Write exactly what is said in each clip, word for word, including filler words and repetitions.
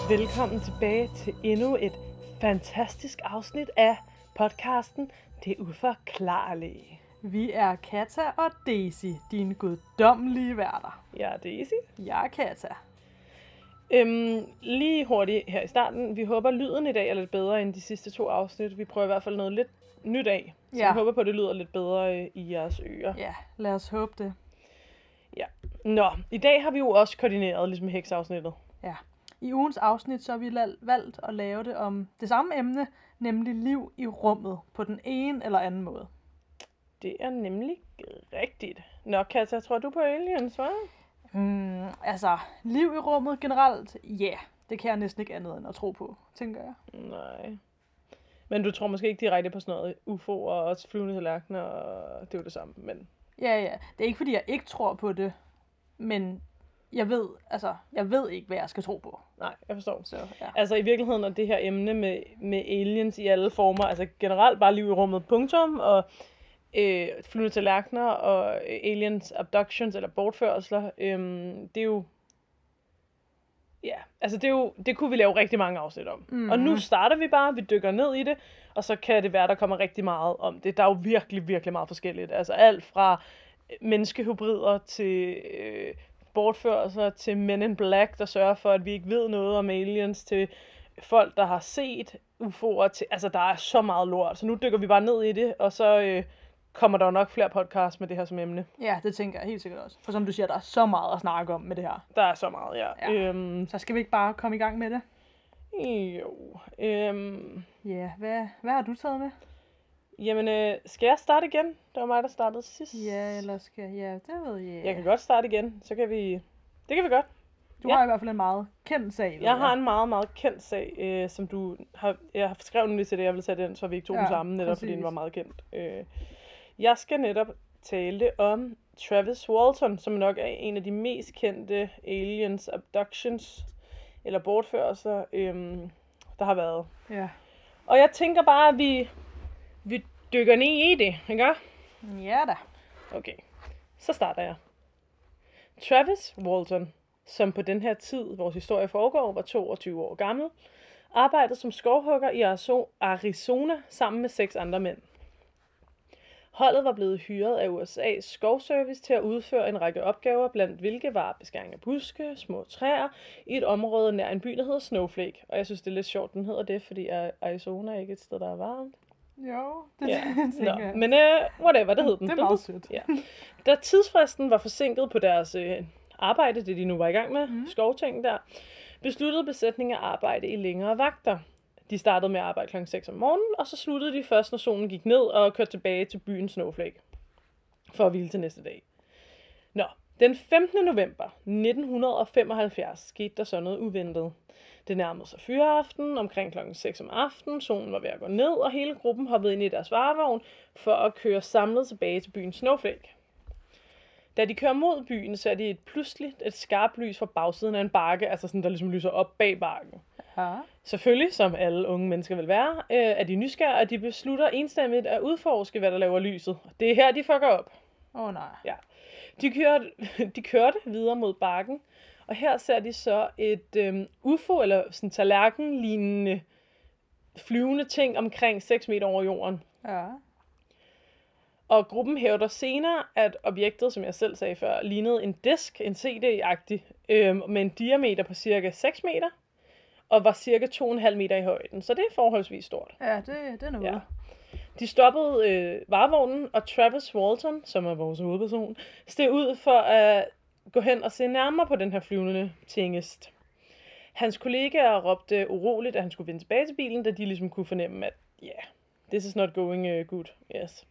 Velkommen tilbage til endnu et fantastisk afsnit af podcasten Det Uforklarlige. Vi er Kata og Daisy, dine guddommelige værter. Jeg er Daisy. Jeg er Kata. Øhm, lige hurtigt her i starten. Vi håber, lyden i dag er lidt bedre end de sidste to afsnit. Vi prøver i hvert fald noget lidt nyt af. Så Ja. vi håber på, at det lyder lidt bedre øh, i jeres ører. Ja, lad os håbe det. Ja. Nå, i dag har vi jo også koordineret ligesom heksafsnittet. Ja. I ugens afsnit så har vi la- valgt at lave det om det samme emne, nemlig liv i rummet, på den ene eller anden måde. Det er nemlig rigtigt. Nå, Katja, tror du på aliens, hva'? Hmm, altså, liv i rummet generelt, ja, yeah, det kan jeg næsten ikke andet end at tro på, tænker jeg. Nej. Men du tror måske ikke direkte på sådan noget U F O'er og også flyvende tallerkener, og det er jo det samme, men... Ja, ja, det er ikke fordi jeg ikke tror på det, men jeg ved, altså, jeg ved ikke, hvad jeg skal tro på. Nej, jeg forstår. Så, ja. Altså i virkeligheden er det her emne med, med aliens i alle former, altså generelt bare liv i rummet, punktum, og øh, flyvende tallerkener og øh, aliens abductions eller bortførsler, øh, det er jo... Ja, altså det er jo, det kunne vi lave rigtig mange afsnit om. Mm. Og nu starter vi bare, vi dykker ned i det, og så kan det være, der kommer rigtig meget om det. Der er jo virkelig, virkelig meget forskelligt. Altså alt fra menneskehybrider til øh, bortførelser, til Men in Black, der sørger for, at vi ikke ved noget om aliens, til folk, der har set U F O'er, til, altså der er så meget lort. Så nu dykker vi bare ned i det, og så øh, kommer der jo nok flere podcasts med det her som emne. Ja, det tænker jeg helt sikkert også. For som du siger, der er så meget at snakke om med det her. Der er så meget, ja. Ja. Øhm, Så skal vi ikke bare komme i gang med det? jo. Øhm, Ja, hvad, hvad har du taget med? Jamen, øh, skal jeg starte igen? Det var mig, der startede sidst. Ja, eller skal ja, det ved jeg. Jeg kan godt starte igen, så kan vi... Det kan vi godt. Du ja. har i hvert fald en meget kendt sag. ved Jeg har en meget, meget kendt sag, øh, som du har... Jeg har skrevet den lige til det, jeg vil sætte den, så vi ikke tog ja, den sammen, netop præcis. Fordi den var meget kendt. Øh, jeg skal netop tale om Travis Walton, som nok er en af de mest kendte aliens abductions, eller bortførelser, øh, der har været. Ja. Og jeg tænker bare, at vi... Vi dykker ned i det, ikke? Ja da. Okay, så starter jeg. Travis Walton, som på den her tid, vores historie foregår, var toogtyve år gammel, arbejdede som skovhugger i Arizona sammen med seks andre mænd. Holdet var blevet hyret af U S A's skovservice til at udføre en række opgaver, blandt hvilke var beskæring af buske, små træer, i et område nær en by, der hedder Snowflake. Og jeg synes, det er lidt sjovt, den hedder det, fordi Arizona er ikke et sted, der er varmt. Jo, det ja. tænker jeg. Men uh, whatever, det hed den. Det er meget sødt. Ja. Da tidsfristen var forsinket på deres øh, arbejde, det de nu var i gang med, mm. skovting der, besluttede besætningen at arbejde i længere vagter. De startede med at arbejde klokken seks om morgenen, og så sluttede de først, når solen gik ned og kørte tilbage til byen Snowflake for at hvile til næste dag. Nå, den femtende november nitten femoghalvfjerds skete der så noget uventet. Det nærmede sig fyreaften omkring klokken seks om aftenen, solen var ved at gå ned, og hele gruppen hoppede ind i deres varevogn for at køre samlet tilbage til byen Snowflake. Da de kører mod byen, så er de et pludseligt et skarpt lys fra bagsiden af en bakke, altså sådan, der ligesom lyser op bag bakken. Ja. Selvfølgelig, som alle unge mennesker vil være, øh, er de nysgerrige, og de beslutter enstemmigt at udforske, hvad der laver lyset. Det er her, de fucker op. Åh oh, nej. Ja. De kørte, de kørte videre mod bakken, og her ser de så et øhm, U F O, eller sådan tallerken-lignende flyvende ting omkring seks meter over jorden. Ja. Og gruppen hævder senere, at objektet, som jeg selv sagde før, lignede en disk, en C D-agtig, øhm, med en diameter på cirka seks meter, og var cirka to komma fem meter i højden. Så det er forholdsvis stort. Ja, det, det er noget. Ja. De stoppede øh, varevognen, og Travis Walton, som er vores hovedperson, steg ud for at gå hen og se nærmere på den her flyvende tingest. Hans kollegaer råbte uroligt, at han skulle vende tilbage til bilen, da de ligesom kunne fornemme, at ja, yeah, this is not going uh, good. Yes.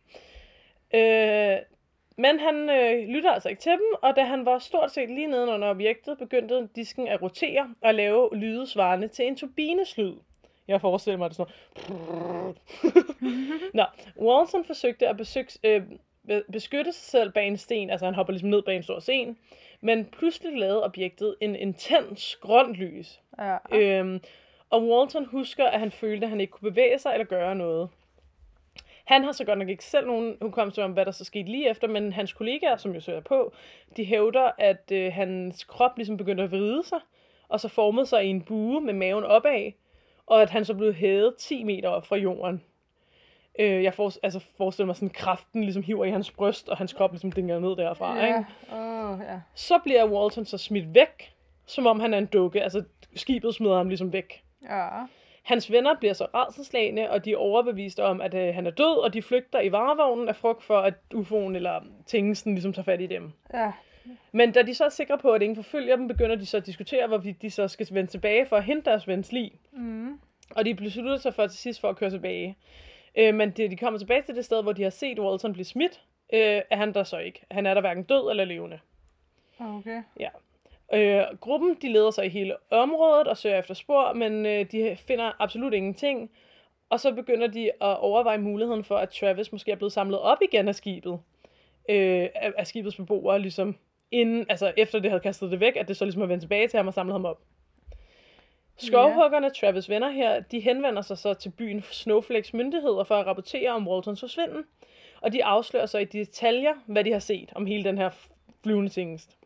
Øh, men han øh, lytter altså ikke til dem, og da han var stort set lige nede under objektet, begyndte disken at rotere og lave lyde svarende til en turbineslyd. Jeg forestiller mig, det sådan noget. Nå, Walton forsøgte at besøge, øh, beskytte sig selv bag en sten, altså han hopper ligesom ned bag en stor sten, men pludselig lavede objektet en intens grønt lys. Ja. Øhm, og Walton husker, at han følte, at han ikke kunne bevæge sig eller gøre noget. Han har så godt nok ikke selv nogen hukommelse om, hvad der så skete lige efter, men hans kollegaer, som jo søger på, de hævder, at øh, hans krop ligesom begyndte at vride sig, og så formede sig i en bue med maven opad, og at han så blev hævet ti meter op fra jorden. Øh, jeg for, altså forestiller mig sådan, kraften ligesom hiver i hans bryst, og hans krop ligesom dingler ned derfra. Ja. Ikke? Oh, ja. Så bliver Walton så smidt væk, som om han er en dukke. Altså skibet smider ham ligesom væk. Ja. Hans venner bliver så rædselsslagne, og de er overbeviste om, at øh, han er død, og de flygter i varevognen af frygt for, at U F O'en eller tingesten ligesom tager fat i dem. Ja. Men da de så er sikre på, at ingen forfølger dem, begynder de så at diskutere, hvorvidt de så skal vende tilbage for at hente deres vens lig. Mm. Og de beslutter sig for til sidst for at køre tilbage. Øh, men da de kommer tilbage til det sted, hvor de har set Walton blive smidt, øh, er han der så ikke. Han er der hverken død eller levende. Okay. Ja. Øh, gruppen de leder sig i hele området og søger efter spor, men øh, de finder absolut ingenting. Og så begynder de at overveje muligheden for, at Travis måske er blevet samlet op igen af skibet. Øh, af, af skibets beboere, ligesom inden, altså efter det havde kastet det væk, at det så ligesom er vendt tilbage til ham og samlet ham op. Skovhuggerne, Travis' venner her, de henvender sig så til byen Snowflakes myndigheder for at rapportere om Waltons forsvinden, og de afslører så i detaljer, hvad de har set om hele den her flyvende tingest.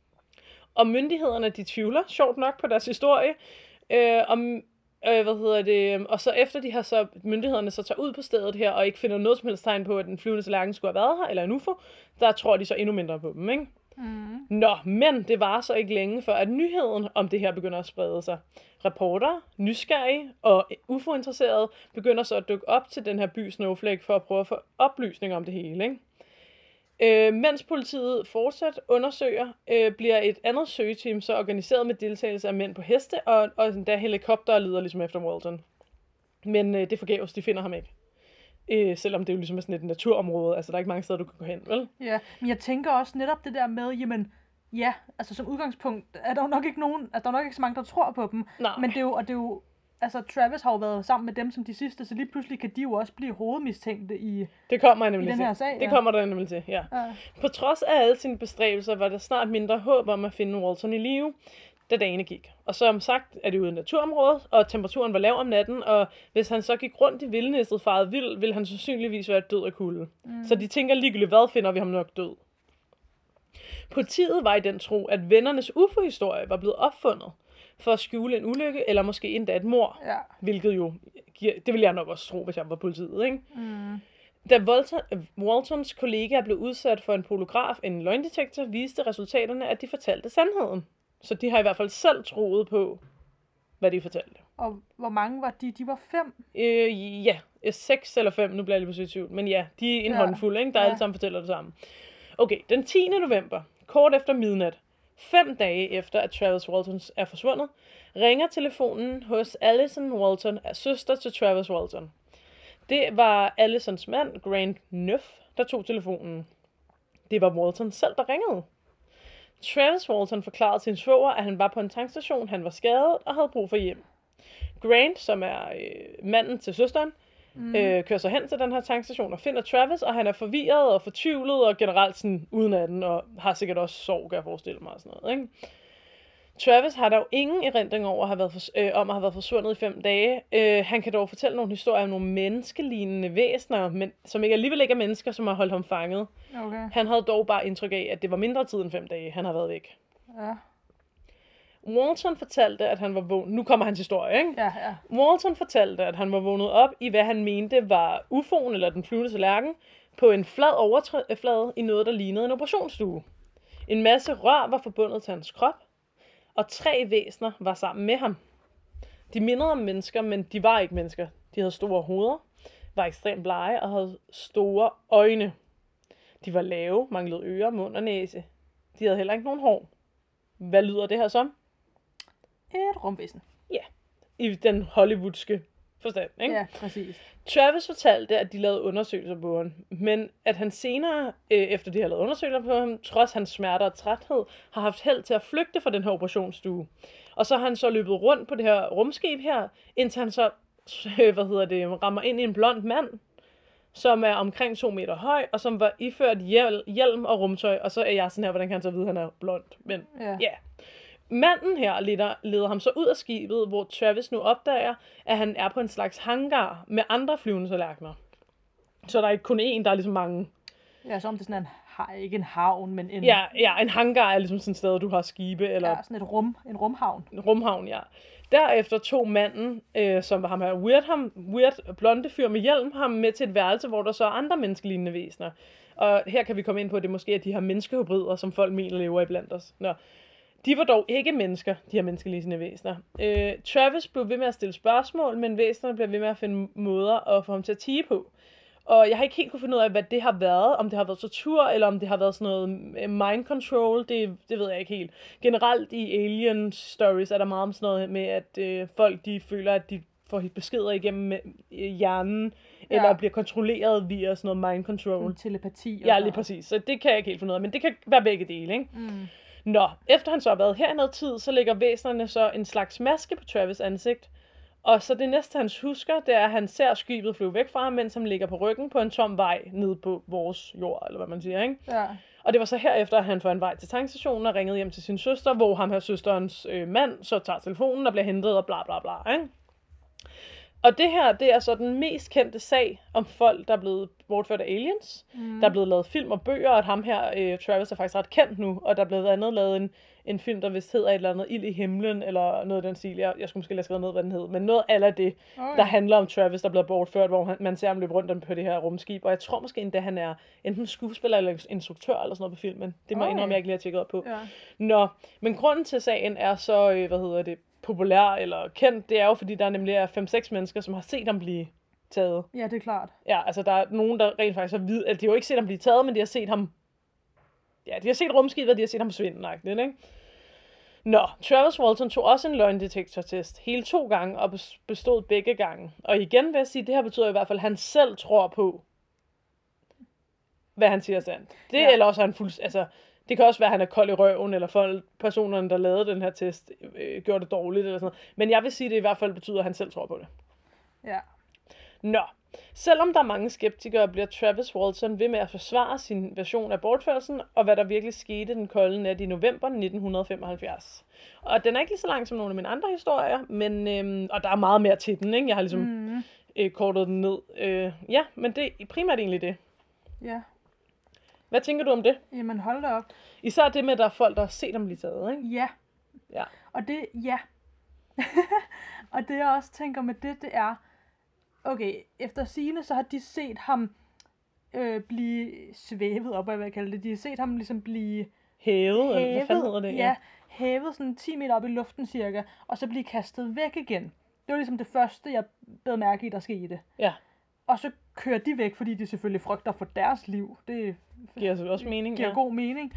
Og myndighederne, de tvivler, sjovt nok, på deres historie, øh, om, øh, hvad hedder det, og så efter de har så, myndighederne så tager ud på stedet her, og ikke finder noget som helst tegn på, at den flyvende tallerken skulle have været her, eller en U F O, der tror de så endnu mindre på dem, ikke? Mm. Nå, men det var så ikke længe før, at nyheden om det her begynder at sprede sig. Reporter, nysgerrige og U F O-interesserede begynder så at dukke op til den her by Snowflake for at prøve at få oplysninger om det hele, ikke? Øh, mens politiet fortsat undersøger, øh, bliver et andet søgeteam så organiseret med deltagelse af mænd på heste, og, og endda helikopter leder ligesom efter Walton. Men øh, det forgæves, de finder ham ikke. Øh, selvom det jo ligesom er sådan et naturområde, altså der er ikke mange steder, du kan gå hen, vel? Ja, men jeg tænker også netop det der med, jamen, ja, altså som udgangspunkt er der jo nok ikke nogen, altså der er nok ikke så mange, der tror på dem, Nej. men det er jo, og det er jo, altså Travis har jo været sammen med dem som de sidste, så lige pludselig kan de jo også blive hovedmistænkte i, det kommer jeg nemlig i den til. her sag. Det ja. kommer der nemlig til, ja. Ja. På trods af alle sine bestræbelser, var der snart mindre håb om at finde Walton i live, da dagene gik. Og som sagt er det ude i naturområdet, og temperaturen var lav om natten, og hvis han så gik rundt i vildnæstet faret vild, ville han sandsynligvis være død af kulde. Mm. Så de tænker ligegyldigt, hvad finder vi ham nok død. Politiet var i den tro, at vennernes U F O-historie var blevet opfundet for at skjule en ulykke, eller måske endda et mord. Ja. Hvilket jo, giver, det ville jeg nok også tro, hvis jeg var politiet, ikke? Mm. Da Walton, Waltons kollegaer blev udsat for en polograf, en løgndetektor, viste resultaterne, at de fortalte sandheden. Så de har i hvert fald selv troet på, hvad de fortalte. Og hvor mange var de? De var fem? Øh, ja, seks eller fem, nu bliver jeg lige på tvivl. Men ja, de er en Ja. håndfuld, ikke? Der Ja. alle sammen fortæller det samme. Okay, den tiende november, kort efter midnat, fem dage efter, at Travis Walton er forsvundet, ringer telefonen hos Allison Walton, søster til Travis Walton. Det var Allisons mand, Grant Neuf, der tog telefonen. Det var Walton selv, der ringede. Travis Walton forklarede sin svoger, at han var på en tankstation, han var skadet og havde brug for hjem. Grant, som er øh, manden til søsteren, mm. øh, kører så hen til den her tankstation og finder Travis, og han er forvirret og fortvivlet og generelt sådan uden af den, og har sikkert også sorg, kan jeg forestille mig og sådan noget, ikke? Travis har dog ingen erindring over at have været for, øh, om at have været forsvundet i fem dage. Øh, han kan dog fortælle nogle historier om nogle menneskelignende væsener, men, som ikke alligevel ikke er mennesker, som har holdt ham fanget. Okay. Han havde dog bare indtryk af, at det var mindre tid end fem dage, han har været væk. Ja. Walton fortalte, at han var vågnet... Nu kommer hans historie, ikke? Ja, ja. Walton fortalte, at han var vågnet op i, hvad han mente var U F O'en, eller den flyvende tallerken, på en flad overflade i noget, der lignede en operationsstue. En masse rør var forbundet til hans krop, og tre væsener var sammen med ham. De mindede om mennesker, men de var ikke mennesker. De havde store hoveder, var ekstremt blege og havde store øjne. De var lave, manglede ører, mund og næse. De havde heller ikke nogen hår. Hvad lyder det her som? Et rumvæsen. Ja, i den hollywoodske forstand, ikke? Ja, præcis. Travis fortalte, at de lavede undersøgelser på ham, men at han senere, øh, efter de havde lavet undersøgelser på ham, trods hans smerter og træthed, har haft held til at flygte fra den her operationsstue. Og så har han så løbet rundt på det her rumskib her, indtil han så, øh, hvad hedder det, rammer ind i en blond mand, som er omkring to meter høj, og som var iført hjel- hjelm og rumtøj, og så er jeg sådan her, hvordan kan han så vide, at han er blond? Men ja. Ja. Yeah. Manden her leder, leder ham så ud af skibet, hvor Travis nu opdager, at han er på en slags hangar med andre flyvende tallerkener. Så der er ikke kun én, der er ligesom mange. Ja, så om det er sådan en, ha- ikke en havn, men en, Ja, ja, en hangar er ligesom sådan et sted, du har skibe, eller ja, sådan et rum, en rumhavn. en rumhavn, ja. Derefter tog manden, øh, som var ham her, weird, ham, weird blonde fyr med hjelm, ham med til et værelse, hvor der så er andre menneskelignende væsener. Og her kan vi komme ind på, at det måske er de her menneskehybrider, som folk mener lever iblandt os. Nå. De var dog ikke mennesker, de her menneskelignende væsener. Øh, Travis blev ved med at stille spørgsmål, men væsenerne blev ved med at finde måder at få ham til at tie på. Og jeg har ikke helt kunne finde ud af, hvad det har været. Om det har været tortur, eller om det har været sådan noget mind control. Det, det ved jeg ikke helt. Generelt i Alien Stories er der meget om sådan noget med, at øh, folk de føler, at de får beskeder igennem øh, hjernen, ja. Eller bliver kontrolleret via sådan noget mind control. Telepati. Ja, lige præcis. Så det kan jeg ikke helt finde ud af. Men det kan være begge dele, ikke? Mm. Nå, efter han så har været her i noget tid, så lægger væsenerne så en slags maske på Travis' ansigt. Og så det næste, han husker, det er, at han ser skibet flyve væk fra ham, mens han ligger på ryggen på en tom vej ned på vores jord, eller hvad man siger, ikke? Ja. Og det var så herefter, at han får en vej til tankstationen og ringede hjem til sin søster, hvor ham her søsterens øh, mand så tager telefonen og bliver hentet og bla bla bla, ikke? Og det her, det er så den mest kendte sag om folk, der er blevet bortført af aliens. Mm. Der er blevet lavet film og bøger, og at ham her, øh, Travis, er faktisk ret kendt nu. Og der er blevet andet lavet en, en film, der vist hedder et eller andet Ild i himlen, eller noget af den stil. Jeg, jeg skulle måske lade skrive ned, hvad den hed. Men noget af det, okay. Der handler om Travis, der er blevet bortført, hvor han, man ser ham løbe rundt på det her rumskib. Og jeg tror måske endda, han er enten skuespiller eller instruktør eller sådan noget på filmen. Det må okay. jeg indrømme, jeg ikke lige har tjekket op på. Ja. Nå, men grunden til sagen er så, øh, hvad hedder det, populær eller kendt, det er jo, fordi der nemlig er fem seks mennesker, som har set ham blive taget. Ja, det er klart. Ja, altså der er nogen, der rent faktisk har vidt, at de har jo ikke set ham blive taget, men de har set ham, ja, de har set rumskibet, og de har set ham svinde, ikke? Nå, Travis Walton tog også en løgndetektortest hele to gange, og bestod begge gange. Og igen vil jeg sige, det her betyder i hvert fald, at han selv tror på, hvad han siger er sandt. Det ja. Eller også han fuld, altså, det kan også være, at han er kold i røven, eller folk, personerne, der lavede den her test, øh, gjorde det dårligt, eller sådan noget. Men jeg vil sige, at det i hvert fald betyder, at han selv tror på det. Ja. Nå, selvom der er mange skeptikere, bliver Travis Walton ved med at forsvare sin version af bortførelsen, og hvad der virkelig skete den kolde nat i november nitten femoghalvfjerds. Og den er ikke lige så lang som nogle af mine andre historier, men, øhm, og der er meget mere til den, ikke? Jeg har ligesom mm. øh, kortet den ned. Øh, ja, men det er primært egentlig det. Ja. Hvad tænker du om det? Jamen hold da op. Især det med, at der er folk, der har set ham blive taget, ikke? Ja. Ja. Og det, ja. Og det jeg også tænker med det, det er, okay, efter sigende, så har de set ham øh, blive svævet op, hvad jeg kalder det. De har set ham ligesom blive hævet, hævet eller hvad fanden hedder det? Ja, ja, hævet sådan ti meter op i luften cirka, og så blive kastet væk igen. Det var ligesom det første, jeg bed mærke i, der skete. Ja. Og så kører de væk, fordi de selvfølgelig frygter for deres liv. Det giver altså også mening. giver ja. god mening.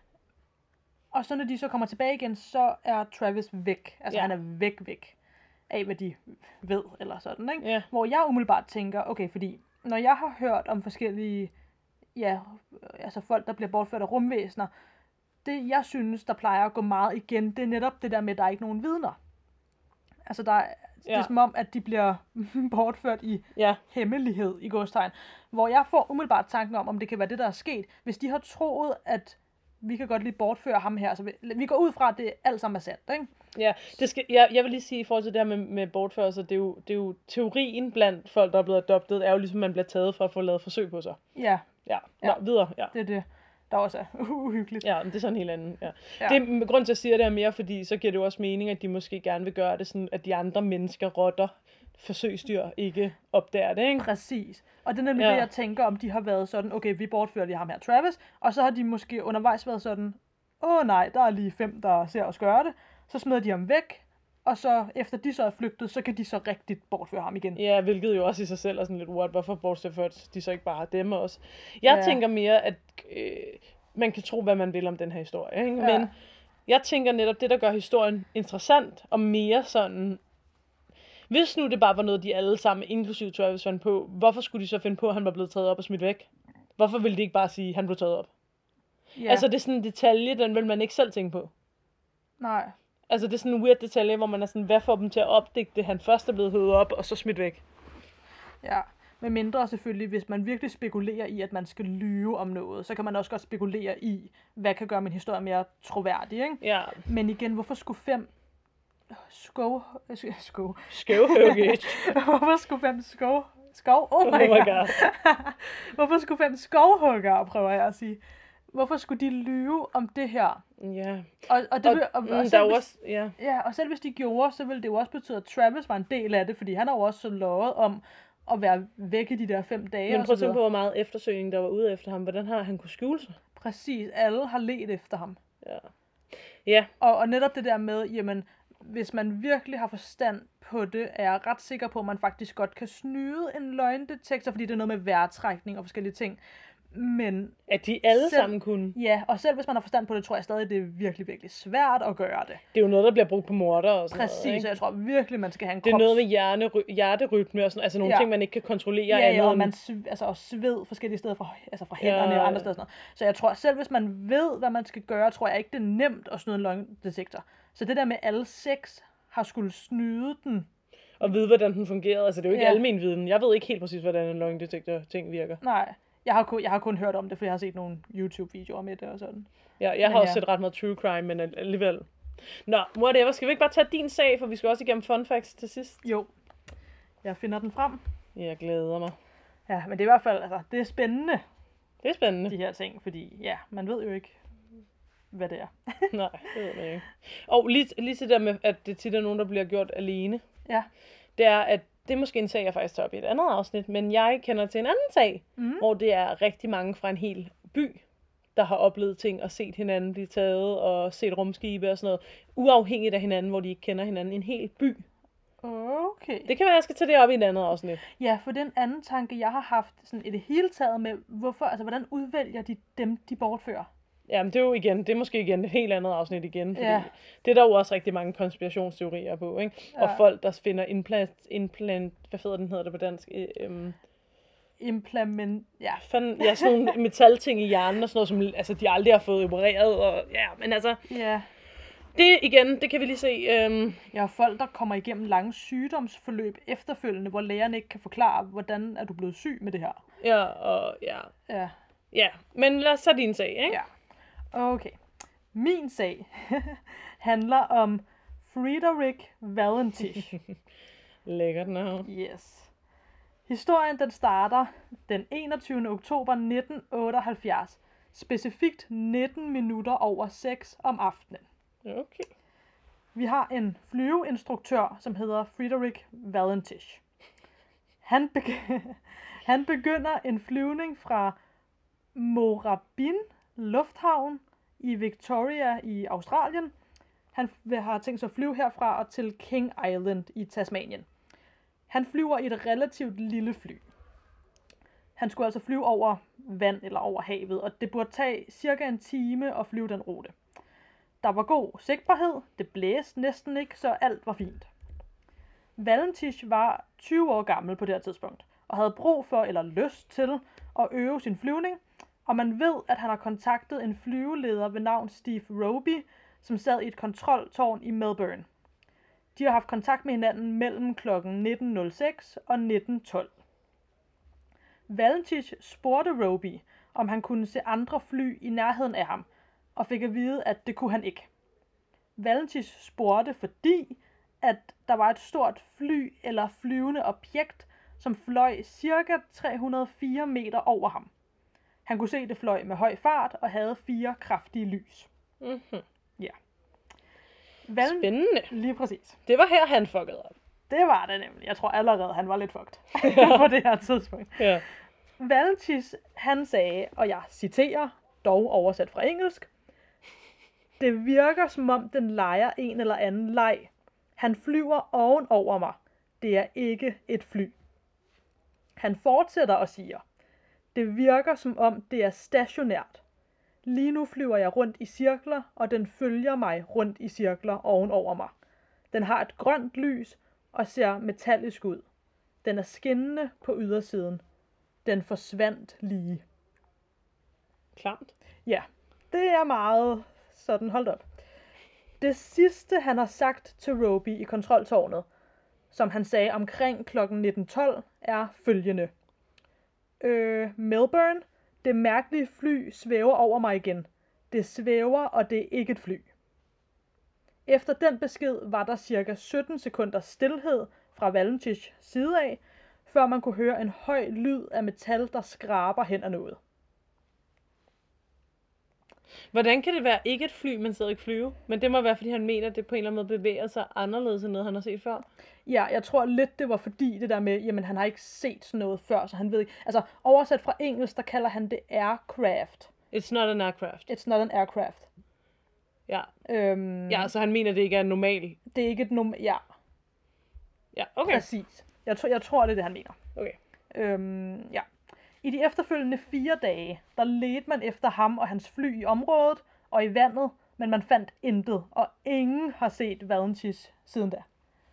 Og så når de så kommer tilbage igen, så er Travis væk. Altså ja. Han er væk væk af, hvad de ved, eller sådan, ikke? Ja. Hvor jeg umiddelbart tænker, okay, fordi når jeg har hørt om forskellige, ja, altså folk, der bliver bortført af rumvæsener, det jeg synes, der plejer at gå meget igen, det er netop det der med, at der er ikke nogen vidner. Altså der er, ja. Det er som om, at de bliver bortført i ja. hemmelighed i godstegn. Hvor jeg får umiddelbart tanken om, om det kan være det, der er sket. Hvis de har troet, at vi kan godt lige bortføre ham her, så vi, vi går ud fra, at det alt sammen er sandt, ikke? Ja, det skal, jeg, jeg vil lige sige, i forhold til det her med, med bortførelse, det er, jo, det er jo teorien blandt folk, der er blevet adoptet, er jo ligesom, man bliver taget for at få lavet forsøg på sig. Ja. Ja, Nå, ja. videre. Ja. Det er det, der også er uhyggeligt. Ja, men det er sådan en helt anden. Ja. Ja. Det er grund til at sige det er mere, fordi så giver det jo også mening, at de måske gerne vil gøre det sådan, at de andre mennesker, rotter, forsøgsdyr, ikke opdager det, ikke? Præcis. Og det er nemlig ja. det, jeg tænker, om de har været sådan, okay, vi bortfører lige ham her, Travis, og så har de måske undervejs været sådan, åh nej, der er lige fem, der ser os gøre det, så smider de ham væk, og så efter de så er flygtet, så kan de så rigtigt bortføre ham igen. Ja, hvilket jo også i sig selv er sådan lidt what, hvorfor bortført de så ikke bare har dem også. Jeg ja. tænker mere, at øh, man kan tro, hvad man vil om den her historie, ikke? Ja. Men jeg tænker netop, det der gør historien interessant, og mere sådan, hvis nu det bare var noget, de alle sammen, inklusive Travis, fandt på, hvorfor skulle de så finde på, at han var blevet taget op og smidt væk? Hvorfor ville de ikke bare sige, at han blev taget op? Ja. Altså, det er sådan en detalje, den vil man ikke selv tænke på. Nej. Altså, det er sådan en weird detalje, hvor man er sådan, hvad får dem til at opdigte, han først er blevet hævet op, og så smidt væk? Ja, med mindre selvfølgelig, hvis man virkelig spekulerer i, at man skal lyve om noget, så kan man også godt spekulere i, hvad kan gøre min historie mere troværdig, ikke? Ja. Men igen, hvorfor skulle fem skov... Skov... Skovhugget. hvorfor skulle fem skov... skov... Oh my, Oh my god. god. Hvorfor skulle fem skovhuggere, prøver jeg at sige. Hvorfor skulle de lyve om det her? Ja. Og, og, det, Og, og, og, mm, og, der selv er jo hvis, også, ja. ja, og selv hvis de gjorde, så ville det jo også betyde, at Travis var en del af det, fordi han har jo også så lovet om at være væk i de der fem dage. Men og prøv at så tænke på, videre. hvor meget eftersøgning, der var ude efter ham. Hvordan har han kunne skjule sig? Præcis, alle har let efter ham. Ja. Ja, Og, og netop det der med, jamen, hvis man virkelig har forstand på det, er jeg ret sikker på, at man faktisk godt kan snyde en løgndetektor, fordi det er noget med vejrtrækning og forskellige ting. Men at de alle Selv- sammen kunne. ja, og selv hvis man har forstand på det, tror jeg stadig, det er virkelig, virkelig svært at gøre det. Det er jo noget, der bliver brugt på morder og sådan Præcis, noget, så ikke? jeg tror virkelig, man skal have en Det er krops... noget med hjerne, hjerterytme og sådan, altså nogle Ja. ting, man ikke kan kontrollere Ja, andet ja, og end- man sv- altså, og sved forskellige steder fra, altså fra hænderne Ja. og andre steder. Sådan noget. Så jeg tror, selv hvis man ved, hvad man skal gøre, tror jeg ikke, det er nemt at snyde en løgndetektor. Så det der med alle seks har skulle snyde den, og vide, hvordan den fungerede. Altså, det er jo ikke Ja. almen viden. Jeg ved ikke helt præcis, hvordan en løgndetektor-ting virker. nej. Jeg har, kun, jeg har kun hørt om det, fordi jeg har set nogle YouTube-videoer med det og sådan. Ja, jeg har Men også ja. set ret meget true crime, men alligevel. Nå, whatever. Skal vi ikke bare tage din sag, for vi skal også igennem fun facts til sidst? Jo, jeg finder den frem. Jeg glæder mig. Ja, men det er i hvert fald, altså, det er spændende, Det er spændende. de her ting, fordi ja, man ved jo ikke, hvad det er. Nej, det ved man ikke. Og lige, lige til det der med, at det tit er nogen, der bliver gjort alene. Ja. Det er, at det er måske en sag, jeg faktisk tager op i et andet afsnit, men jeg kender til en anden sag, Mm. hvor det er rigtig mange fra en hel by, der har oplevet ting og set hinanden blive taget og set rumskibe og sådan noget, uafhængigt af hinanden, hvor de ikke kender hinanden. En hel by. Okay. Det kan være, jeg skal tage det op i et andet afsnit. Ja, for den anden tanke, jeg har haft sådan i det hele taget med, hvorfor, altså hvordan udvælger de dem, de bortfører? Jamen, det er jo igen, det er måske igen et helt andet afsnit igen, fordi Ja. det er der jo også rigtig mange konspirationsteorier på, ikke? Og Ja. folk, der finder implant, implant, hvad fedder den hedder det på dansk? Øh, Øhm, Implement, ja. fanden, ja, sådan nogle metalting i hjernen og sådan noget, som altså, de aldrig har fået opereret, og ja, men altså, Ja. det igen, det kan vi lige se. Øhm, Jeg har folk, der kommer igennem lange sygdomsforløb efterfølgende, hvor lægerne ikke kan forklare, hvordan er du blevet syg med det her. ja, og ja, Ja. ja, men lad os tage din sag, ikke? Ja. Okay. Min sag handler om Friedrich Valentich. Lækkert navn. Yes. Historien den starter den enogtyvende oktober nitten otteoghalvfjerds, specifikt nitten minutter over seks om aftenen. Okay. Vi har en flyveinstruktør, som hedder Friedrich Valentich. Han, begy- han begynder en flyvning fra Moorabbin Lufthavn i Victoria i Australien. Han vil- har tænkt sig at flyve herfra og til King Island i Tasmanien. Han flyver i et relativt lille fly. Han skulle altså flyve over vand eller over havet, og det burde tage cirka en time at flyve den rute. Der var god sigtbarhed, det blæste næsten ikke, så alt var fint. Valentich var tyve år gammel på det her tidspunkt, og havde brug for eller lyst til at øve sin flyvning, og man ved, at han har kontaktet en flyveleder ved navn Steve Roby, som sad i et kontroltårn i Melbourne. De har haft kontakt med hinanden mellem klokken nitten nul seks og nitten tolv. Valentich spurgte Roby, om han kunne se andre fly i nærheden af ham, og fik at vide, at det kunne han ikke. Valentich spurgte, fordi at der var et stort fly eller flyvende objekt, som fløj ca. tre hundrede og fire meter over ham. Han kunne se, det fløj med høj fart og havde fire kraftige lys. Mm-hmm. Valen- Spændende. Lige præcis. Det var her, han fuckede op. Det var det nemlig. Jeg tror allerede, han var lidt fucked på det her tidspunkt. Ja. Valentich, han sagde, og jeg citerer, dog oversat fra engelsk: "Det virker, som om den leger en eller anden leg. Han flyver oven over mig. Det er ikke et fly." Han fortsætter og siger: "Det virker, som om det er stationært. Lige nu flyver jeg rundt i cirkler, og den følger mig rundt i cirkler oven over mig. Den har et grønt lys og ser metallisk ud. Den er skinnende på ydersiden. Den forsvandt lige." Klamt. Ja, det er meget sådan, hold op. Det sidste, han har sagt til Roby i kontroltårnet, som han sagde omkring klokken nitten tolv, er følgende: Øh, Melbourne, det mærkelige fly svæver over mig igen. Det svæver, og det er ikke et fly. Efter den besked var der cirka sytten sekunder stilhed fra Valentichs side af, før man kunne høre en høj lyd af metal, der skraber hen ad noget. Hvordan kan det være ikke et fly, men stadig flyve? Men det må være, fordi han mener, at det på en eller anden måde bevæger sig anderledes end noget, han har set før. Ja, jeg tror lidt, det var fordi det der med, jamen han har ikke set sådan noget før, så han ved ikke. Altså oversat fra engelsk, der kalder han det aircraft. It's not an aircraft. It's not an aircraft. Ja. Øhm, Ja, så han mener, det ikke er normal. Det er ikke et norm... Ja, Ja, okay. præcis. Jeg, tror, jeg tror, det er det, han mener. Okay. Øhm, ja. I de efterfølgende fire dage, der ledte man efter ham og hans fly i området og i vandet, men man fandt intet, og ingen har set Valentis siden da.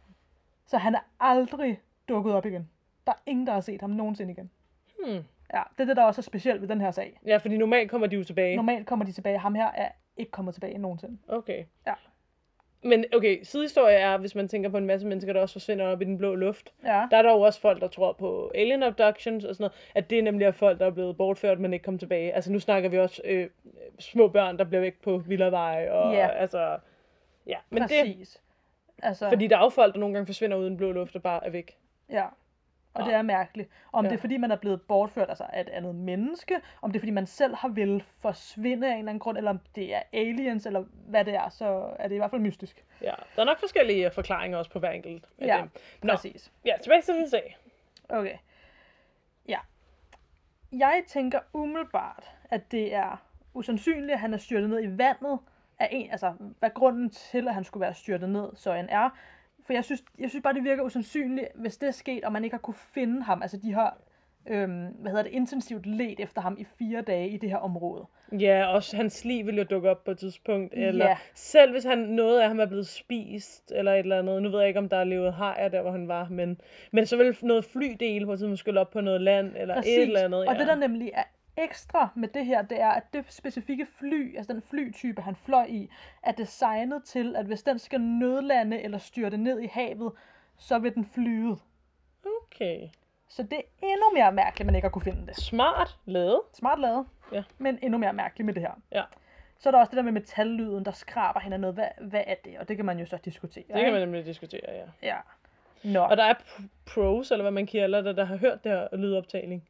Så han er aldrig dukket op igen. Der er ingen, der har set ham nogensinde igen. Hmm. Ja, det er det, der også er specielt ved den her sag. Ja, fordi normalt kommer de jo tilbage. Normalt kommer de tilbage. Ham her er ikke kommet tilbage nogensinde. Okay. Ja. Men okay, sidehistorie er, hvis man tænker på en masse mennesker, der også forsvinder op i den blå luft. Ja. Der er der jo også folk, der tror på alien abductions og sådan noget. At det nemlig er folk, der er blevet bortført, men ikke kommet tilbage. Altså nu snakker vi også øh, små børn, der bliver væk på villaveje. Og Ja. altså... Ja, men Præcis. det... Altså, Fordi der er jo folk, der nogle gange forsvinder uden blå luft og bare er væk. ja. Og Ja. det er mærkeligt. Om Ja. det er, fordi man er blevet bortført altså af et andet menneske, om det er, fordi man selv har ville forsvinde af en eller anden grund, eller om det er aliens, eller hvad det er, så er det i hvert fald mystisk. Ja, der er nok forskellige forklaringer også på hver enkelt af Ja, dem. Nå, præcis. ja, tilbage til din sag. Okay. Ja. Jeg tænker umiddelbart, at det er usandsynligt, at han er styrtet ned i vandet, af en, altså hvad grunden til, at han skulle være styrtet ned, så end er. For jeg synes, jeg synes bare, det virker usandsynligt, hvis det er sket, og man ikke har kunne finde ham. Altså de har, øhm, hvad hedder det, intensivt let efter ham i fire dage i det her område. Ja, også hans liv ville jo dukke op på et tidspunkt. Eller Ja. selv hvis han, noget af ham er blevet spist, eller et eller andet. Nu ved jeg ikke, om der er levet hajer der, hvor han var. Men, men så vil noget flydel på et tidspunkt skulle op på noget land, eller Præcis. et eller andet. Ja. Og det der nemlig er ekstra med det her, det er, at det specifikke fly, altså den flytype, han fløj i, er designet til, at hvis den skal nødlande eller styrte ned i havet, så vil den flyde. Okay. Så det er endnu mere mærkeligt, at man ikke har kunne finde det. Smart lavet. Smart lavet, Ja. men endnu mere mærkeligt med det her. Ja. Så er der også det der med metallyden, der skraber hen ad noget. Hvad, hvad er det? Og det kan man jo så diskutere. Det kan man nemlig diskutere, ja. Ja. Nå. Og der er p- pros, eller hvad man kalder det, der har hørt det her lydoptagning.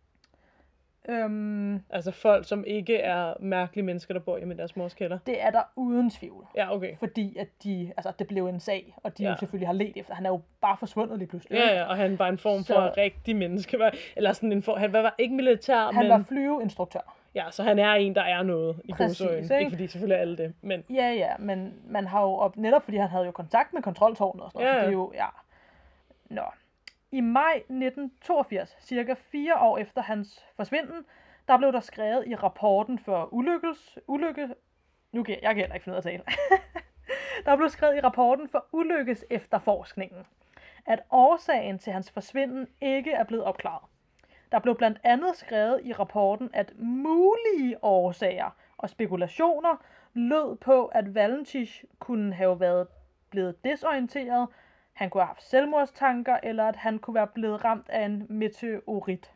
Øhm, Altså folk, som ikke er mærkelige mennesker, der bor hjemme i deres mors kælder. det er der uden tvivl. Ja, okay. Fordi at de, altså det blev en sag, og de Ja. jo selvfølgelig har let efter. Han er jo bare forsvundet lige pludselig. Ja, ja, og han var en form for Så- rigtig menneske. var- Eller sådan en form, han var var ikke militær, Han men... var flyveinstruktør. Ja, så han er en, der er noget i Præcis, godsøjen. ikke? Ikke fordi selvfølgelig er alle det, men... Ja, ja, men man har jo, op, netop fordi han havde jo kontakt med kontroltårnet og sådan noget, Ja, så det ja. er jo, ja. Nå. I maj nitten toogfirs, cirka fire år efter hans forsvinden, der blev der skrevet i rapporten for ulykkes, ulykke, nu kan jeg, jeg kan heller ikke finde ud af at tale. Der blev skrevet i rapporten for ulykkes efterforskningen, at årsagen til hans forsvinden ikke er blevet opklaret. Der blev blandt andet skrevet i rapporten, at mulige årsager og spekulationer lød på, at Valentich kunne have været blevet desorienteret, han kunne have haft selvmordstanker, eller at han kunne være blevet ramt af en meteorit.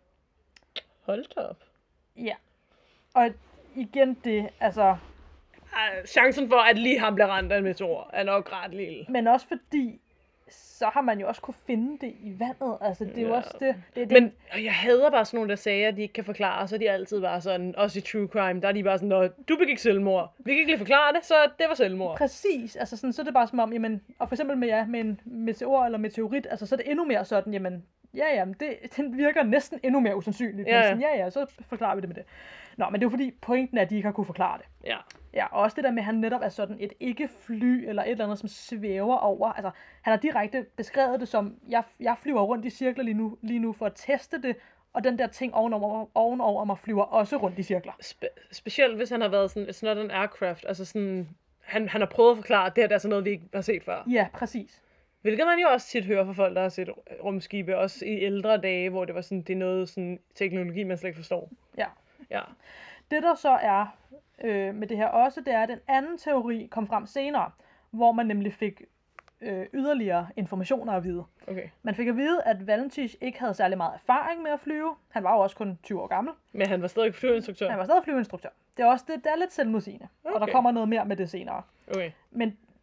Hold da op. Ja. Og igen det, altså, Ej, chancen for, at lige ham bliver ramt af en meteor, er nok ret lille. men også fordi, så har man jo også kunne finde det i vandet. Altså, det er jo Ja. også det. det, er det. Men og jeg hader bare sådan nogle, der sagde, at de ikke kan forklare, så er de altid bare sådan, også i true crime, der er de bare sådan, Nå, du begik selvmord. Vi kan ikke lige forklare det, så det var selvmord. Præcis, altså sådan, så er det bare som om, jamen, og for eksempel med, ja, med en meteor eller meteorit, altså så er det endnu mere sådan, jamen, ja, ja, men det, den virker næsten endnu mere usandsynligt. Ja, Men ja. sådan, ja, ja, så forklarer vi det med det. Nå, men det er jo fordi, pointen er, at de ikke har kunne forklare det. Ja. Ja, og også det der med, at han netop er sådan et ikke-fly, eller et eller andet, som svæver over. Altså, han har direkte beskrevet det som, jeg, jeg flyver rundt i cirkler lige nu, lige nu for at teste det, og den der ting ovenover, ovenover mig flyver også rundt i cirkler. Spe- specielt hvis han har været sådan, it's not an aircraft, altså sådan, han, han har prøvet at forklare, at det her det er sådan noget, vi ikke har set før. Ja, præcis. Hvilket man jo også tit hører fra folk, der har set rumskibe, også i ældre dage, hvor det var sådan, det er noget sådan teknologi, man slet ikke forstår. Ja. Ja. Det der så er øh, med det her også, det er, at den anden teori kom frem senere, hvor man nemlig fik øh, yderligere informationer at vide. Okay. Man fik at vide, at Valentich ikke havde særlig meget erfaring med at flyve. Han var jo også kun tyve år gammel. Men han var stadig flyveinstruktør. Han var stadig flyveinstruktør. Det er også det, der er lidt selvmodsigende. Okay. Og der Okay. kommer noget mere med det senere. Okay. Men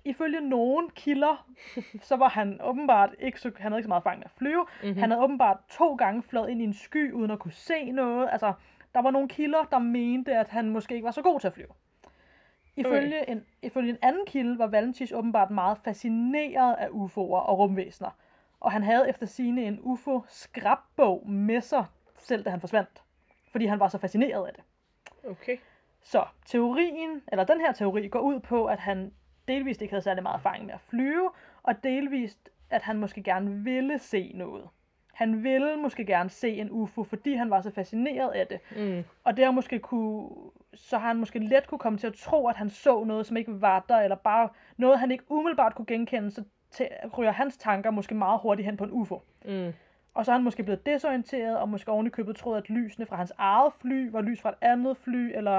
ifølge nogle kilder, så var han åbenbart ikke så, han havde ikke så meget erfaring med at flyve. Mm-hmm. Han havde åbenbart to gange fløjet ind i en sky, uden at kunne se noget. Altså, der var nogle kilder, der mente, at han måske ikke var så god til at flyve. Ifølge, okay. en, ifølge en anden kilde var Valentich åbenbart meget fascineret af U F O'er og rumvæsener. Og han havde efter sigende en U F O-skrabbog med sig, selv da han forsvandt. Fordi han var så fascineret af det. Okay. Så teorien, eller den her teori, går ud på, at han delvist ikke havde særlig meget erfaring med at flyve, og delvist, at han måske gerne ville se noget. Han ville måske gerne se en U F O, fordi han var så fascineret af det. Mm. Og det har måske kunne, så har han måske let kunne komme til at tro, at han så noget, som ikke var der, eller bare noget, han ikke umiddelbart kunne genkende, så til, ryger hans tanker måske meget hurtigt hen på en U F O. Mm. Og så er han måske blevet desorienteret, og måske oven i købet troet, at lysene fra hans eget fly var lys fra et andet fly, eller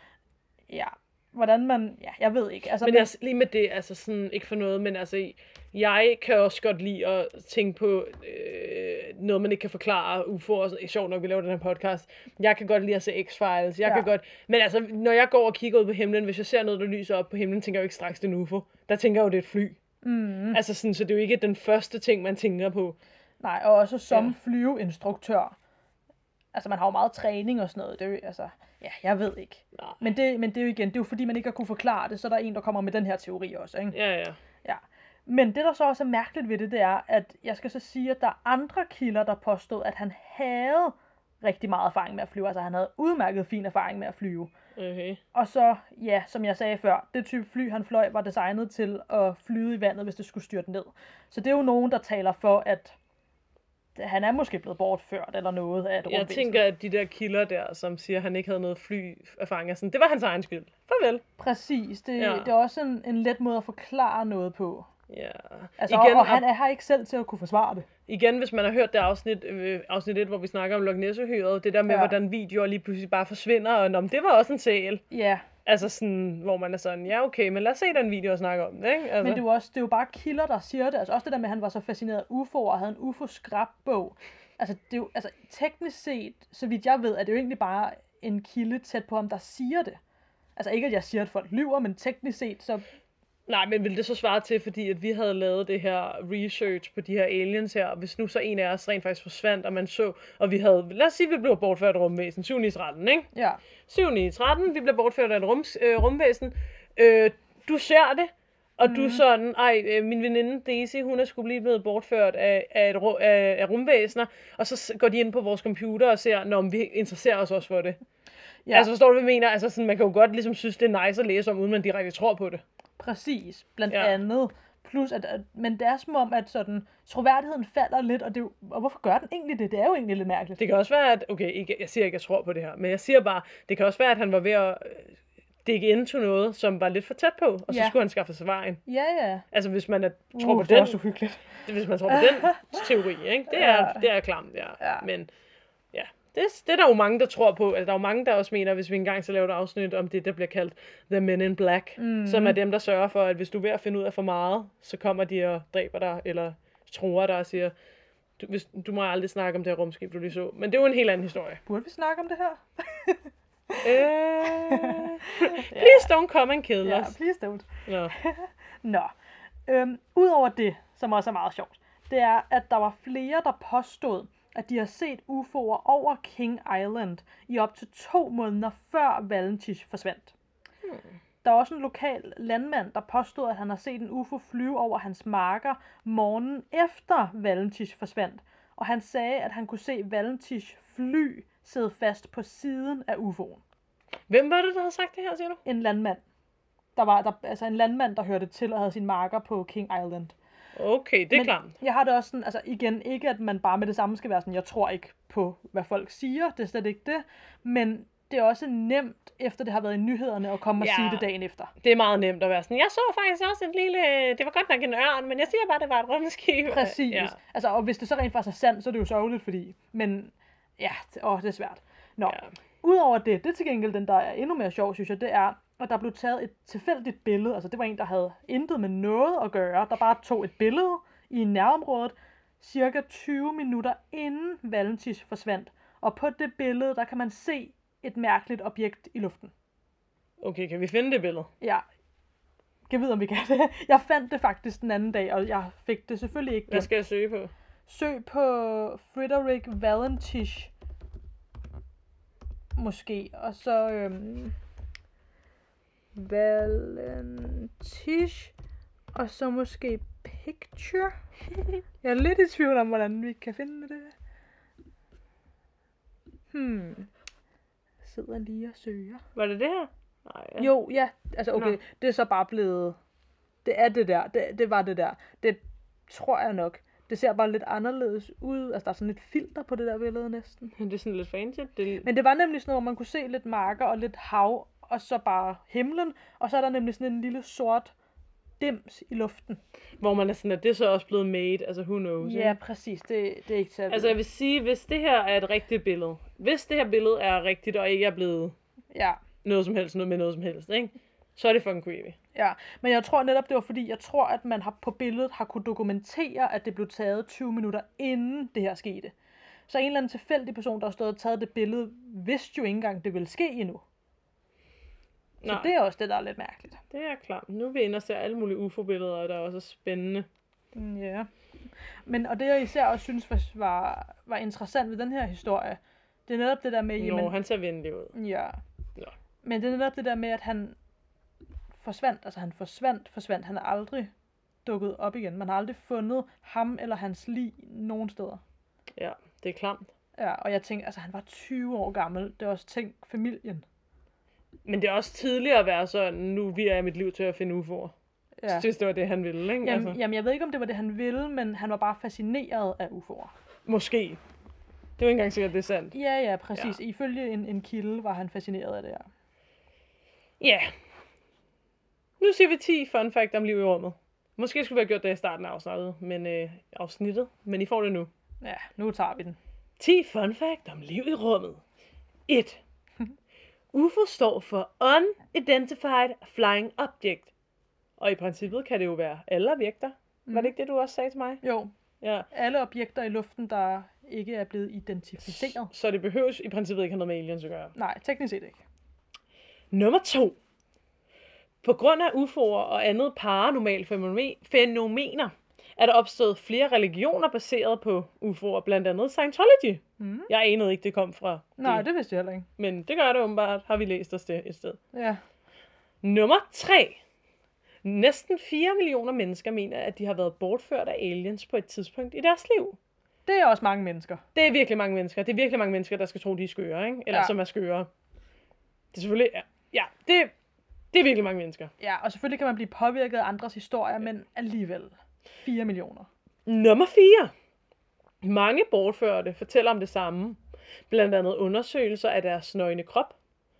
ja, hvordan man, ja, jeg ved ikke. Altså, men altså, lige med det, altså sådan, ikke for noget, men altså, jeg kan også godt lide at tænke på øh, noget, man ikke kan forklare, U F O'er, og sjovt nok, vi laver den her podcast. Jeg kan godt lide at se X-Files, jeg ja. kan godt, men altså, når jeg går og kigger ud på himlen, hvis jeg ser noget, der lyser op på himlen, tænker jeg jo ikke straks, det er en U F O. Der tænker jeg jo, det er et fly. Mm. Altså sådan, så det er jo ikke den første ting, man tænker på. Nej, og også som ja. flyveinstruktør. Altså, man har jo meget træning og sådan noget. Det er jo, altså, ja, jeg ved ikke. Men det, men det er jo igen, det er jo fordi, man ikke har kunne forklare det, så der er en, der kommer med den her teori også, ikke? Ja, ja. Ja. Men det, der så også er mærkeligt ved det, det er, at jeg skal så sige, at der er andre kilder, der påstod, at han havde rigtig meget erfaring med at flyve. Altså, han havde udmærket fin erfaring med at flyve. Okay. Og så, ja, som jeg sagde før, det type fly, han fløj, var designet til at flyde i vandet, hvis det skulle styrte ned. Så det er jo nogen, der taler for, at han er måske blevet bortført eller noget af et rumvæsen. Jeg tænker, at de der kilder der, som siger, at han ikke havde noget flyerfaring, sådan, det var hans egen skyld. Farvel. Præcis. Det, ja. det er også en, en let måde at forklare noget på. Ja. Altså, igen, og, og han er her ikke selv til at kunne forsvare det. Igen, hvis man har hørt det afsnit, øh, afsnit et, hvor vi snakker om Loch Ness-uhyret, det der med, ja. hvordan videoer lige pludselig bare forsvinder, og om det var også en sæl. Ja. Altså sådan, hvor man er sådan, ja okay, men lad os se den video og snakke om det, ikke? Altså. Men det er, jo også, det er jo bare kilder, der siger det. Altså også det der med, at han var så fascineret af U F O'er og havde en U F O-skrabbog. Altså, det er jo, altså teknisk set, så vidt jeg ved, er det jo egentlig bare en kilde tæt på ham, der siger det. Altså ikke, at jeg siger, at folk lyver, men teknisk set, så... Nej, men vil det så svare til, fordi at vi havde lavet det her research på de her aliens her, og hvis nu så en af os rent faktisk forsvandt, og man så, og vi havde, lad os sige, at vi blev bortført af rumvæsen, syv ni tretten, ikke? Ja. syv ni tretten, vi blev bortført af et rum, øh, rumvæsen, øh, du ser det, og mm. du er sådan, ej, øh, min veninde Daisy, hun er sgu lige blevet bortført af, af, et, af, af rumvæsener, og så går de ind på vores computer og ser, når vi interesserer os også for det. Ja. Altså forstår du, hvad jeg mener? Altså sådan, man kan jo godt ligesom synes, det er nice at læse om, uden man direkte tror på det. Præcis, blandt ja. andet. Plus, at, at, men det er som om, at sådan, troværdigheden falder lidt, og, det, og hvorfor gør den egentlig det? Det er jo egentlig lidt mærkeligt. Det kan også være, at, okay, ikke, jeg siger ikke, at jeg tror på det her, men jeg siger bare, det kan også være, at han var ved at digge into noget, som var lidt for tæt på, og ja. så skulle han skaffe sig vejen. Ja, ja. Altså, hvis man er, tror uh, på det den... er også uhyggeligt. Det, hvis man tror på den teori, ikke? Det er, ja. det er klamt, ja. ja. Men, ja. Det, det er der jo mange, der tror på. Altså, der er jo mange, der også mener, hvis vi engang så laver et afsnit om det, der bliver kaldt The Men in Black, mm. som er dem, der sørger for, at hvis du er ved at finde ud af for meget, så kommer de og dræber dig, eller truer dig og siger, du, hvis, du må aldrig snakke om det her rumskib, du lige så. Men det er jo en helt anden historie. Burde vi snakke om det her? uh, please don't come and kill ja, us. please don't. Nå. Nå. Øhm, Udover det, som også er meget sjovt, det er, at der var flere, der påstod, at de har set U F O'er over King Island i op til to måneder før Valentich forsvandt. Hmm. Der er også en lokal landmand, der påstod, at han har set en U F O flyve over hans marker morgenen efter Valentich forsvandt. Og han sagde, at han kunne se Valentich fly sidde fast på siden af U F O'en. Hvem var det, der havde sagt det her, siger du? En landmand. Der var der, altså en landmand, der hørte til og havde sin marker på King Island. Okay, det er Men klart. Jeg har det også sådan, altså igen, ikke at man bare med det samme skal være sådan, jeg tror ikke på, hvad folk siger, det er slet ikke det, men det er også nemt, efter det har været i nyhederne, at komme ja, og sige det dagen efter. Det er meget nemt at være sådan, jeg så faktisk også et lille, det var godt nok en ørn, men jeg siger bare, det var et rumskib. Præcis. Ja. Altså, og hvis det så rent faktisk er sandt, så er det jo sørgeligt, fordi, men ja, åh, det er svært. Nå, ja. Udover det, det til gengæld, den der er endnu mere sjov, synes jeg, det er, at der blev taget et tilfældigt billede, altså det var en, der havde intet med noget at gøre, der bare tog et billede i nærområdet, cirka tyve minutter inden Valentich forsvandt. Og på det billede, der kan man se et mærkeligt objekt i luften. Okay, kan vi finde det billede? Ja. Kan vide, om vi kan det. Jeg fandt det faktisk den anden dag, og jeg fik det selvfølgelig ikke. Hvad skal jeg søge på? Søg på Frederick Valentich. Måske. Og så... Øhm, Valentich. Og så måske Picture. Jeg er lidt i tvivl om, hvordan vi kan finde det. Hmm. Jeg sidder lige og søger. Var det det her? Nej, ja. Jo, ja. Altså, okay. Nå. Det er så bare blevet... Det er det der. Det, det var det der. Det tror jeg nok. Det ser bare lidt anderledes ud. Altså, der er sådan lidt filter på det der billede næsten. Det er sådan lidt fancy. Det... Men det var nemlig sådan noget, hvor man kunne se lidt marker og lidt hav, og så bare himlen. Og så er der nemlig sådan en lille sort dims i luften. Hvor man er sådan, at det er så også blevet made. Altså, who knows? Ja, præcis. Det, det er ikke til at Altså, jeg vil sige, hvis det her er et rigtigt billede. Hvis det her billede er rigtigt, og ikke er blevet Ja. noget som helst, noget med noget som helst, ikke? Så er det fucking creepy. Ja, men jeg tror netop, det var fordi, jeg tror, at man har på billedet har kunne dokumentere, at det blev taget tyve minutter inden det her skete. Så en eller anden tilfældig person, der har stået og taget det billede, vidste jo ikke engang, det ville ske endnu. Så Nej. det er også det, der er lidt mærkeligt. Det er klart. Nu er vi inde og ser alle mulige U F O-billeder, der er også spændende. Mm, Ja. Men, og det jeg især også synes var, var, var interessant ved den her historie, det er netop det der med, Nå, jamen, han ser venlig ud. ja. Nå. Men det er netop det der med, at han forsvandt, altså han forsvandt, forsvandt, han er aldrig dukket op igen. Man har aldrig fundet ham eller hans lig nogen steder. Ja, det er klamt. Ja, og jeg tænker, altså han var tyve år gammel, det er også tænkt familien. Men det er også tidligere at være sådan, nu vi er i mit liv til at finde U F O'er. Ja. Jeg synes, det var det, han ville, ikke? Jamen, Altså, jamen, jeg ved ikke, om det var det, han ville, men han var bare fascineret af U F O'er. måske. Det er jo ikke engang sikkert, det er sandt. Ja, ja, præcis. Ja. Ifølge en, en kilde var han fascineret af det her. Ja. Nu siger vi ti fun fact om liv i rummet. Måske skulle vi have gjort det i starten af afsnittet, men, øh, afsnittet, men I får det nu. Ja, nu tager vi den. ti fun fact om liv i rummet. et. U F O står for Unidentified Flying Object. Og i princippet kan det jo være alle objekter. Mm. Var det ikke det, du også sagde til mig? Jo, Ja. alle objekter i luften, der ikke er blevet identificeret. Så det behøves i princippet ikke have noget med aliens at gøre. Nej, teknisk set ikke. Nummer to. På grund af U F O'er og andet paranormale fænomener, er der opstået flere religioner baseret på U F O'er, blandt andet Scientology. Mm. Jeg anede ikke, det kom fra Nej, det. det vidste jeg heller ikke. Men det gør det åbenbart, har vi læst os det et sted. Ja. Nummer tre. Næsten fire millioner mennesker mener, at de har været bortført af aliens på et tidspunkt i deres liv. Det er også mange mennesker. Det er virkelig mange mennesker. Det er virkelig mange mennesker, der skal tro, de er skøre, ikke? Eller Ja. ja. som er skøre. Det er selvfølgelig... Ja, ja det, det er virkelig mange mennesker. Ja, og selvfølgelig kan man blive påvirket af andres historier, men alligevel fire millioner. Nummer fire. Mange bortførte fortæller om det samme. Blandt andet undersøgelser af deres nøgne krop,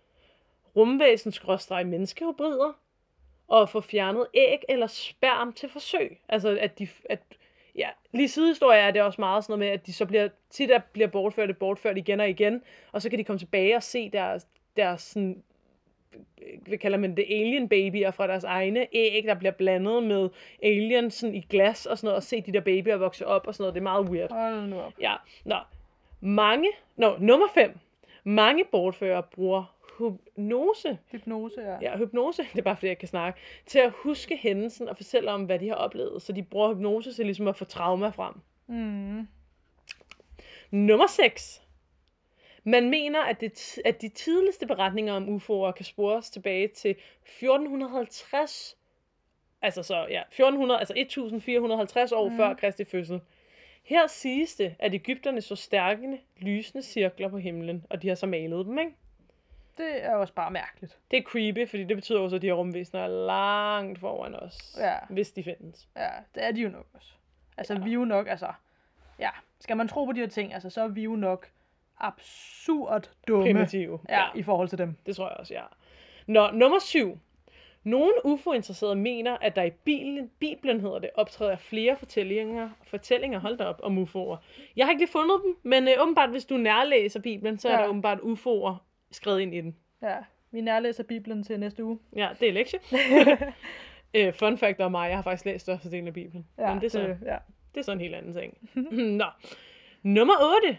rumvæsens-menneskehybrider, og få fjernet æg eller sperm til forsøg. Altså, at de... At, ja, lige sidehistorie er det også meget sådan noget med, at de så bliver, tit der bliver bortført, bortført igen og igen, og så kan de komme tilbage og se deres, deres sådan, hvad kalder man det, alien babyer fra deres egne æg, der bliver blandet med aliens sådan i glas og sådan noget, og se de der babyer vokse op og sådan noget. Det er meget weird. Hold nu op. Ja, nå. Mange, nå, nummer fem. Mange bortfører bruger hypnose, Hypnose, ja. ja, hypnose, det er bare fordi jeg kan snakke, til at huske hændelsen og fortælle om, hvad de har oplevet. Så de bruger hypnose til ligesom at få trauma frem. Mm. Nummer seks. Man mener, at, det, at de tidligste beretninger om U F O'er kan spores tilbage til fjorten halvtreds, altså så, ja, fjorten hundrede, altså fjorten halvtreds år mm. før Kristi fødsel. Her siges det, at Egypterne så stærkende, lysende cirkler på himlen, og de har så malet dem, ikke? Det er også bare mærkeligt. Det er creepy, fordi det betyder også, at de her rumvæsener er langt foran os, Ja. hvis de findes. Ja, det er de jo nok også. Altså, Ja. vi er jo nok, altså... Ja, skal man tro på de her ting, altså, så er vi jo nok absurd dumme. Primitive. Ja, i forhold til dem. Det tror jeg også, ja. Nå, nummer syv. Nogle U F O-interesserede mener, at der i Bibelen, Bibelen hedder det, optræder flere fortællinger, fortællinger hold da op, om U F O'er. Jeg har ikke lige fundet dem, men øh, åbenbart, hvis du nærlæser Bibelen, så ja. er der åbenbart U F O'er skrevet ind i den. Ja, vi nærlæser Bibelen til næste uge. Ja, det er lektie. øh, fun fact om mig, jeg har faktisk læst størstedelen af Bibelen. Ja, men det er, så, det, ja. det er så en helt anden ting. Nå. Nummer otte.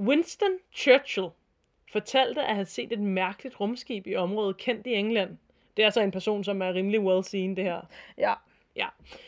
Winston Churchill fortalte at have set et mærkeligt rumskib i området kendt i England. Det er så en person, som er rimelig well seen, det her. Ja. Ja.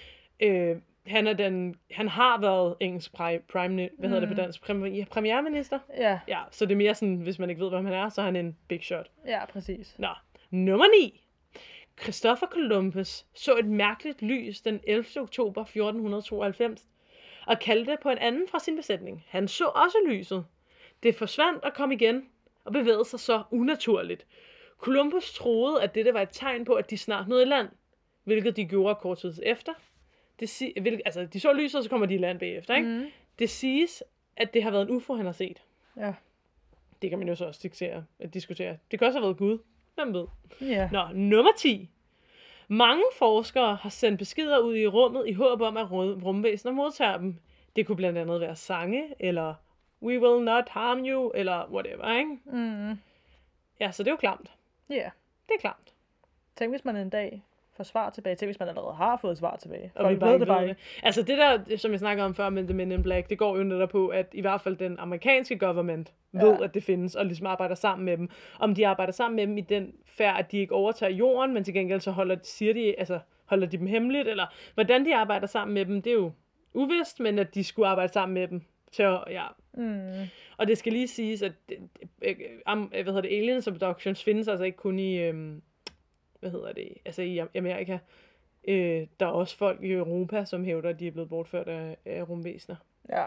Øh, han, er den, han har været engelsk prime, prime hvad hedder det på dansk? Prem, premierminister? Ja. Ja, så det er mere sådan, hvis man ikke ved, hvem han er, så er han en big shot. Ja, præcis. Nå, nummer ni. Christopher Columbus så et mærkeligt lys den ellevte oktober fjorten tooghalvfems og kaldte på en anden fra sin besætning. Han så også lyset. Det forsvandt og kom igen og bevægede sig så unaturligt. Columbus troede, at dette var et tegn på, at de snart nåede i land, hvilket de gjorde kort tid efter. Det si- hvil- altså, de så lyset, og så kommer de i land bagefter, ikke? Mm. Det siges, at det har været en U F O, han har set. Ja. Det kan man jo så også diskutere. At diskutere. Det kan også have været Gud. Hvem ved? Ja. Nå, nummer ti. Mange forskere har sendt beskeder ud i rummet i håb om, at rumvæsener modtager dem. Det kunne blandt andet være sange, eller we will not harm you, eller whatever, ikke? Mm. Ja, så det er jo klamt. Ja. Yeah. Det er klamt. Tænk, hvis man en dag får svar tilbage. Tænk, hvis man allerede har fået svar tilbage. Og vi ved det bare ikke. Altså det der, som jeg snakkede om før med The Men in Black, det går jo netop på, at i hvert fald den amerikanske government ja. ved, at det findes, og ligesom arbejder sammen med dem. Om de arbejder sammen med dem i den færd, at de ikke overtager jorden, men til gengæld så holder, siger de, altså, holder de dem hemmeligt, eller hvordan de arbejder sammen med dem, det er jo uvist, men at de skulle arbejde sammen med dem. Så, ja. Mm. Og det skal lige siges, at um, hvad hedder det, aliens abductions findes altså ikke kun i, øhm, hvad hedder det, altså i Amerika. Øh, der er også folk i Europa, som hævder, at de er blevet bortført af, af rumvæsener. Ja.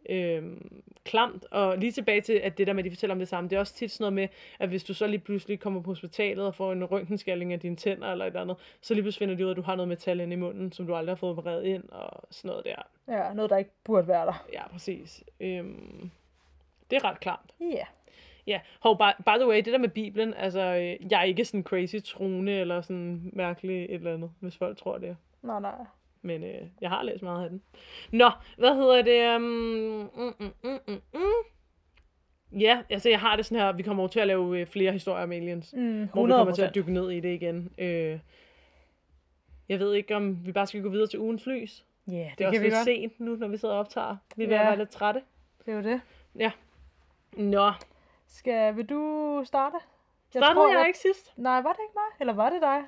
Øhm, klamt, og lige tilbage til, at det der med, at de fortæller om det samme, det er også tit sådan noget med, at hvis du så lige pludselig kommer på hospitalet og får en røntgenscanning af dine tænder eller et eller andet, så lige pludselig finder de ud af, at du har noget metal inde i munden, som du aldrig har fået opereret ind, og sådan noget der. Ja, noget, der ikke burde være der. Ja, præcis. Øhm, det er ret klamt. Ja. Yeah. Ja, hov, by, by the way, det der med Bibelen, altså, øh, jeg er ikke sådan crazy troende, eller sådan mærkelig et eller andet, hvis folk tror det. Nej, nej. Men øh, jeg har læst meget af den. Nå, hvad hedder det? Um, mm, mm, mm, mm, mm. Ja, altså jeg har det sådan her, vi kommer over til at lave øh, flere historier om aliens. Mm, hvor vi kommer til at dykke ned i det igen. Øh, jeg ved ikke, om vi bare skal gå videre til ugens lys. Ja, yeah, det, det er kan også vi lidt godt. sent nu, når vi sidder og optager. Vi er ved Ja. at være lidt trætte. Det er jo det. Ja. Nå. Skal, vil du starte? Jeg Startede tror, jeg, jeg ikke sidst? Nej, var det ikke mig? Eller var det dig?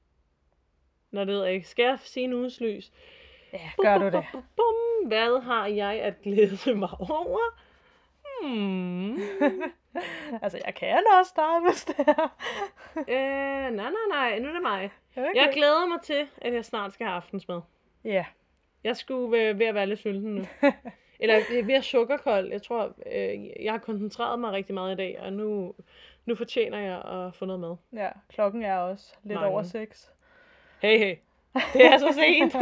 Nå, det ved jeg ikke. Skal jeg sige en ugens lys? Ja, gør du det. Bum, bum. Hvad har jeg at glæde mig over? Hmm. Altså, jeg kan også starte, hvis det er. øh, nej, nej, nej. Nu er det mig. Okay. Jeg glæder mig til, at jeg snart skal have aftensmad. Ja. Yeah. Jeg skulle ved, ved at være lidt sulten nu. Eller mere sukkerkold. Jeg tror, øh, jeg har koncentreret mig rigtig meget i dag, og nu, nu fortjener jeg at få noget mad. Ja, klokken er også lidt Mange. over seks. Hey, hey. Det er så sent.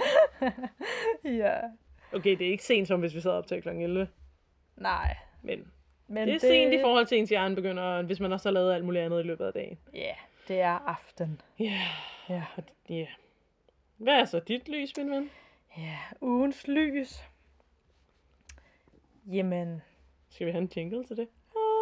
Ja. Okay, det er ikke sent, som hvis vi sad op til klokken elleve. Nej. Men, Men det er det... sent i forhold til ens hjerne begynder, hvis man også har lavet alt muligt andet i løbet af dagen. Ja, yeah, det er aften. Ja. Yeah. Ja. Yeah. Hvad er så dit lys, min ven? Ja, ugens lys. Jamen. Skal vi have en jingle til det?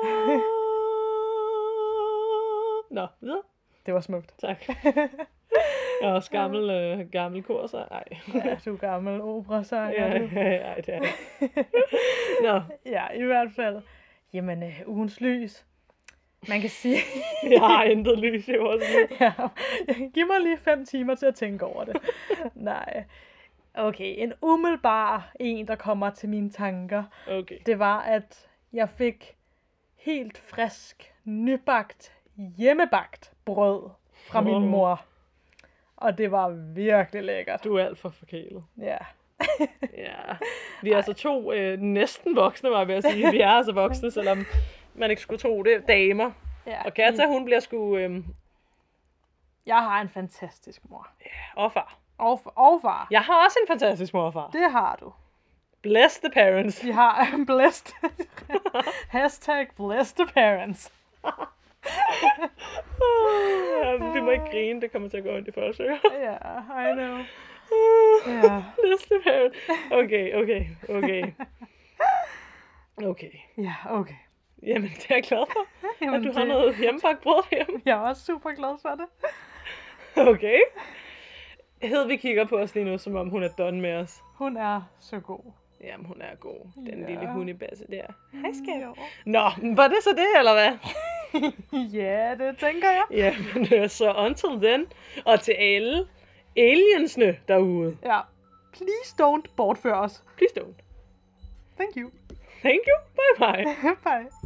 Nå, videre. Det var smukt. Tak. Jeg er også gammel, øh, gammel kor, så ej. Ja, du er gammel operasanger. Ja, ja, det er det. Nå. Ja, i hvert fald. Jamen, øh, ugens lys. Man kan sige... Jeg har intet lys i vores liv. Ja, giv mig lige fem timer til at tænke over det. Nej. Okay, en umiddelbar en, der kommer til mine tanker. Okay. Det var, at jeg fik helt frisk, nybagt, hjemmebagt brød fra min Oh. mor. Og det var virkelig lækkert. Du er alt for forkælet. Ja. Ja. Vi er altså to øh, næsten voksne, var jeg ved at sige. Vi er altså voksne, selvom man ikke skulle tro det. Damer. Ja, Og Katja, hun bliver sgu... Øh, jeg har en fantastisk mor. ja, og far. Og, og far. Jeg har også en fantastisk mor og far. Det har du. Bless the parents. Vi har blessed. Hashtag bless the parents. Ja, vi må ikke grine, det kommer til at gå ondt i folks ører. Ja, I know. Ja. Bless the parents. Okay, okay, okay. Okay. Ja, okay. Jamen, det er jeg glad for, Jamen, at du det... har noget hjemmebagt brød hjemme. Jeg er også super glad for det. Okay. Hedvig kigger på os lige nu, som om hun er done med os. Hun er så god. Jamen, hun er god. Den Ja. lille hundebasse der. Hej, skat. Jo. Nå, var det så det, eller hvad? Ja, det tænker jeg. Ja, men øh, så until then, og til alle aliensne derude. Ja. Please don't bortføre os. Please don't. Thank you. Thank you. Bye bye. Bye.